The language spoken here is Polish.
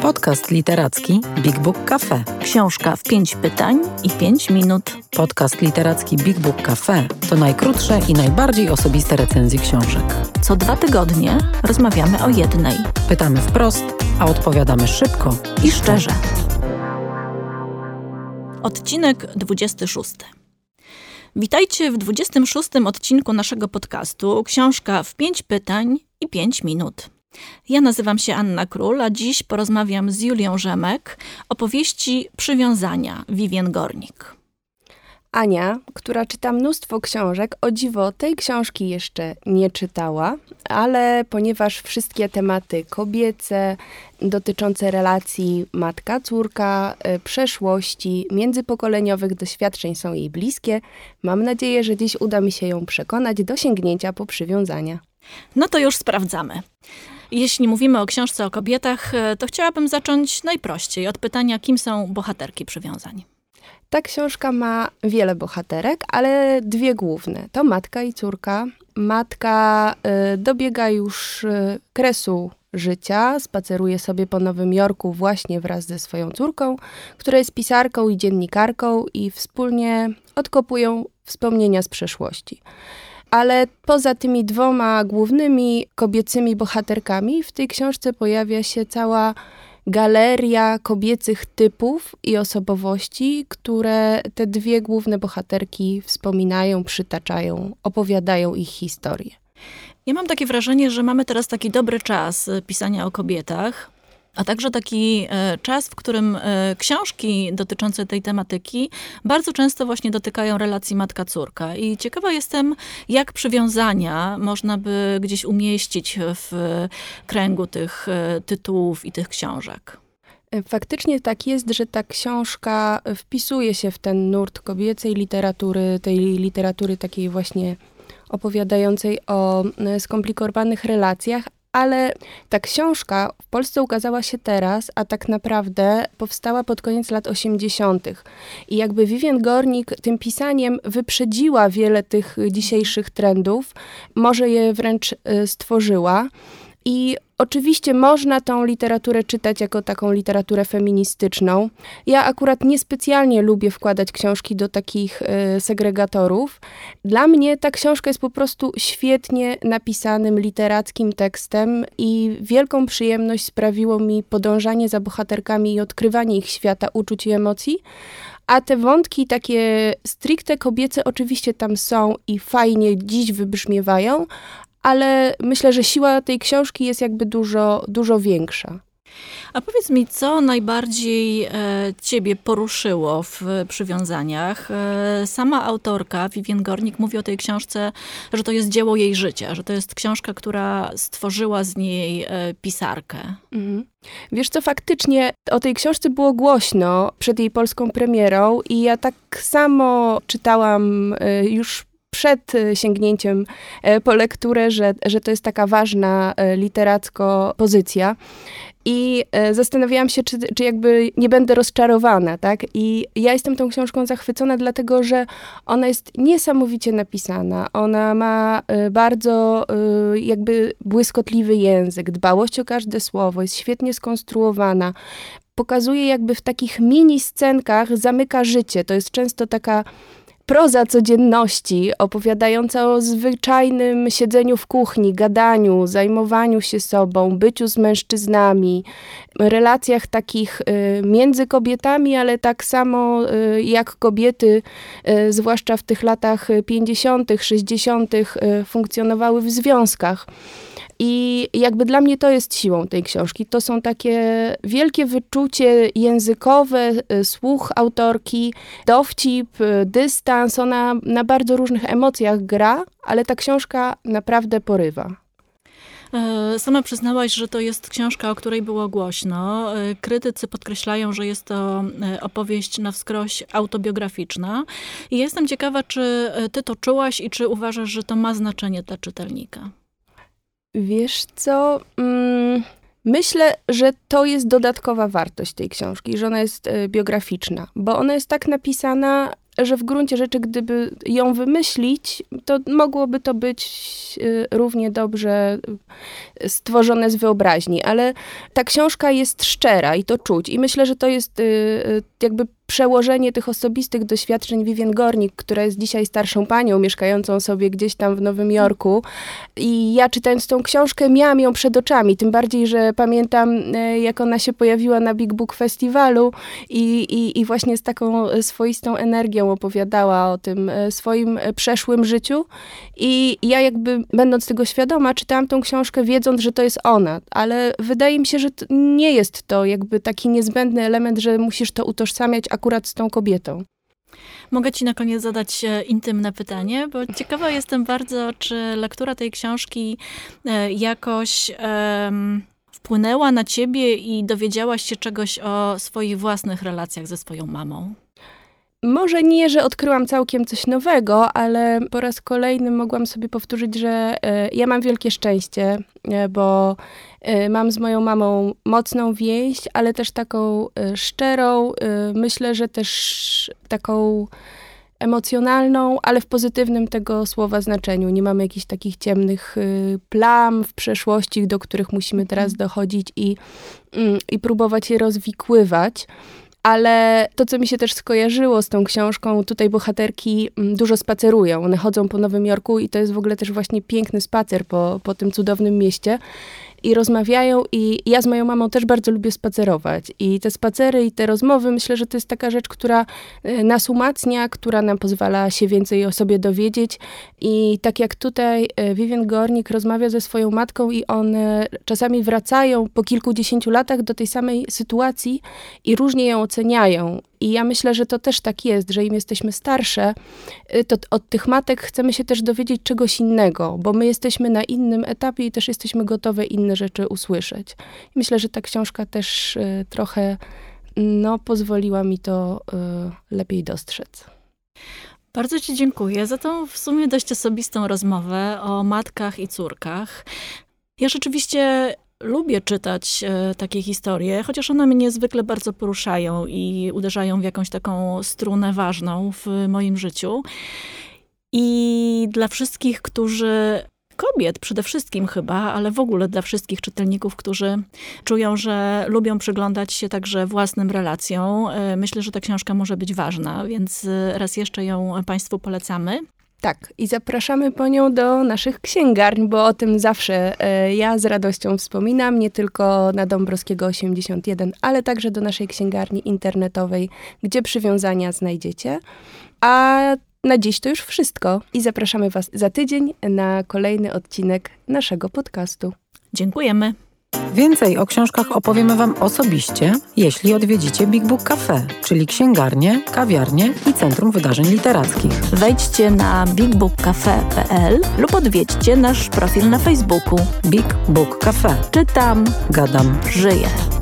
Podcast literacki Big Book Cafe. Książka w 5 pytań i 5 minut. Podcast literacki Big Book Cafe to najkrótsze i najbardziej osobiste recenzje książek. Co 2 tygodnie rozmawiamy o jednej. Pytamy wprost, a odpowiadamy szybko i szczerze. Odcinek 26. Witajcie w 26. odcinku naszego podcastu Książka w 5 pytań i 5 minut. Ja nazywam się Anna Król, a dziś porozmawiam z Julią Rzemek o powieści Przywiązania Vivien Gornik. Ania, która czyta mnóstwo książek, o dziwo tej książki jeszcze nie czytała, ale ponieważ wszystkie tematy kobiece, dotyczące relacji matka-córka, przeszłości, międzypokoleniowych doświadczeń są jej bliskie, mam nadzieję, że dziś uda mi się ją przekonać do sięgnięcia po Przywiązania. No to już sprawdzamy. Jeśli mówimy o książce o kobietach, to chciałabym zacząć najprościej od pytania, kim są bohaterki Przywiązań. Ta książka ma wiele bohaterek, ale 2 główne. To matka i córka. Matka dobiega już kresu życia, spaceruje sobie po Nowym Jorku właśnie wraz ze swoją córką, która jest pisarką i dziennikarką i wspólnie odkopują wspomnienia z przeszłości. Ale poza tymi 2 głównymi kobiecymi bohaterkami w tej książce pojawia się cała galeria kobiecych typów i osobowości, które te 2 główne bohaterki wspominają, przytaczają, opowiadają ich historię. Ja mam takie wrażenie, że mamy teraz taki dobry czas pisania o kobietach, a także taki czas, w którym książki dotyczące tej tematyki bardzo często właśnie dotykają relacji matka-córka. I ciekawa jestem, jak Przywiązania można by gdzieś umieścić w kręgu tych tytułów i tych książek. Faktycznie tak jest, że ta książka wpisuje się w ten nurt kobiecej literatury, tej literatury takiej właśnie opowiadającej o skomplikowanych relacjach, ale ta książka w Polsce ukazała się teraz, a tak naprawdę powstała pod koniec lat 80. I jakby Vivien Gornik tym pisaniem wyprzedziła wiele tych dzisiejszych trendów, może je wręcz stworzyła. I oczywiście można tą literaturę czytać jako taką literaturę feministyczną. Ja akurat niespecjalnie lubię wkładać książki do takich segregatorów. Dla mnie ta książka jest po prostu świetnie napisanym literackim tekstem i wielką przyjemność sprawiło mi podążanie za bohaterkami i odkrywanie ich świata, uczuć i emocji. A te wątki takie stricte kobiece oczywiście tam są i fajnie dziś wybrzmiewają, ale myślę, że siła tej książki jest jakby dużo większa. A powiedz mi, co najbardziej ciebie poruszyło w Przywiązaniach? Sama autorka, Vivien Gornik, mówi o tej książce, że to jest dzieło jej życia, że to jest książka, która stworzyła z niej pisarkę. Mhm. Wiesz co, faktycznie o tej książce było głośno przed jej polską premierą i ja tak samo czytałam już przed sięgnięciem po lekturę, że to jest taka ważna literacko pozycja. I zastanawiałam się, czy jakby nie będę rozczarowana, tak? I ja jestem tą książką zachwycona, dlatego że ona jest niesamowicie napisana. Ona ma bardzo jakby błyskotliwy język, dbałość o każde słowo, jest świetnie skonstruowana. Pokazuje jakby w takich mini scenkach, zamyka życie. To jest często taka proza codzienności, opowiadająca o zwyczajnym siedzeniu w kuchni, gadaniu, zajmowaniu się sobą, byciu z mężczyznami, relacjach takich między kobietami, ale tak samo jak kobiety, zwłaszcza w tych latach 50., 60., funkcjonowały w związkach. I jakby dla mnie to jest siłą tej książki. To są takie wielkie wyczucie językowe, słuch autorki, dowcip, dystans. Ona na bardzo różnych emocjach gra, ale ta książka naprawdę porywa. Sama przyznałaś, że to jest książka, o której było głośno. Krytycy podkreślają, że jest to opowieść na wskroś autobiograficzna. I jestem ciekawa, czy ty to czułaś i czy uważasz, że to ma znaczenie dla czytelnika? Wiesz co, myślę, że to jest dodatkowa wartość tej książki, że ona jest biograficzna, bo ona jest tak napisana, że w gruncie rzeczy, gdyby ją wymyślić, to mogłoby to być równie dobrze stworzone z wyobraźni. Ale ta książka jest szczera i to czuć. I myślę, że to jest jakby przełożenie tych osobistych doświadczeń Vivien Gornick, która jest dzisiaj starszą panią, mieszkającą sobie gdzieś tam w Nowym Jorku. I ja czytając tą książkę, miałam ją przed oczami. Tym bardziej, że pamiętam, jak ona się pojawiła na Big Book Festiwalu i właśnie z taką swoistą energią opowiadała o tym swoim przeszłym życiu. I ja jakby, będąc tego świadoma, czytałam tą książkę, wiedząc, że to jest ona. Ale wydaje mi się, że nie jest to jakby taki niezbędny element, że musisz to utożsamiać akurat z tą kobietą. Mogę ci na koniec zadać intymne pytanie, bo ciekawa jestem bardzo, czy lektura tej książki jakoś wpłynęła na ciebie i dowiedziałaś się czegoś o swoich własnych relacjach ze swoją mamą? Może nie, że odkryłam całkiem coś nowego, ale po raz kolejny mogłam sobie powtórzyć, że ja mam wielkie szczęście, bo mam z moją mamą mocną więź, ale też taką szczerą, myślę, że też taką emocjonalną, ale w pozytywnym tego słowa znaczeniu. Nie mamy jakichś takich ciemnych plam w przeszłości, do których musimy teraz dochodzić i próbować je rozwikływać. Ale to, co mi się też skojarzyło z tą książką, tutaj bohaterki dużo spacerują. One chodzą po Nowym Jorku i to jest w ogóle też właśnie piękny spacer po tym cudownym mieście. I rozmawiają i ja z moją mamą też bardzo lubię spacerować. I te spacery i te rozmowy, myślę, że to jest taka rzecz, która nas umacnia, która nam pozwala się więcej o sobie dowiedzieć. I tak jak tutaj Vivien Gornick rozmawia ze swoją matką i one czasami wracają po kilkudziesięciu latach do tej samej sytuacji i różnie ją oceniają. I ja myślę, że to też tak jest, że im jesteśmy starsze, to od tych matek chcemy się też dowiedzieć czegoś innego, bo my jesteśmy na innym etapie i też jesteśmy gotowe inne rzeczy usłyszeć. I myślę, że ta książka też trochę pozwoliła mi to lepiej dostrzec. Bardzo ci dziękuję za tą w sumie dość osobistą rozmowę o matkach i córkach. Ja rzeczywiście lubię czytać takie historie, chociaż one mnie niezwykle bardzo poruszają i uderzają w jakąś taką strunę ważną w moim życiu. I dla wszystkich, kobiet przede wszystkim chyba, ale w ogóle dla wszystkich czytelników, którzy czują, że lubią przyglądać się także własnym relacjom, myślę, że ta książka może być ważna, więc raz jeszcze ją Państwu polecamy. Tak, i zapraszamy po nią do naszych księgarni, bo o tym zawsze ja z radością wspominam, nie tylko na Dąbrowskiego 81, ale także do naszej księgarni internetowej, gdzie przywiązania znajdziecie. A na dziś to już wszystko i zapraszamy Was za tydzień na kolejny odcinek naszego podcastu. Dziękujemy. Więcej o książkach opowiemy Wam osobiście, jeśli odwiedzicie Big Book Cafe, czyli księgarnię, kawiarnię i Centrum Wydarzeń Literackich. Wejdźcie na bigbookcafe.pl lub odwiedźcie nasz profil na Facebooku. Big Book Cafe. Czytam, gadam, żyję.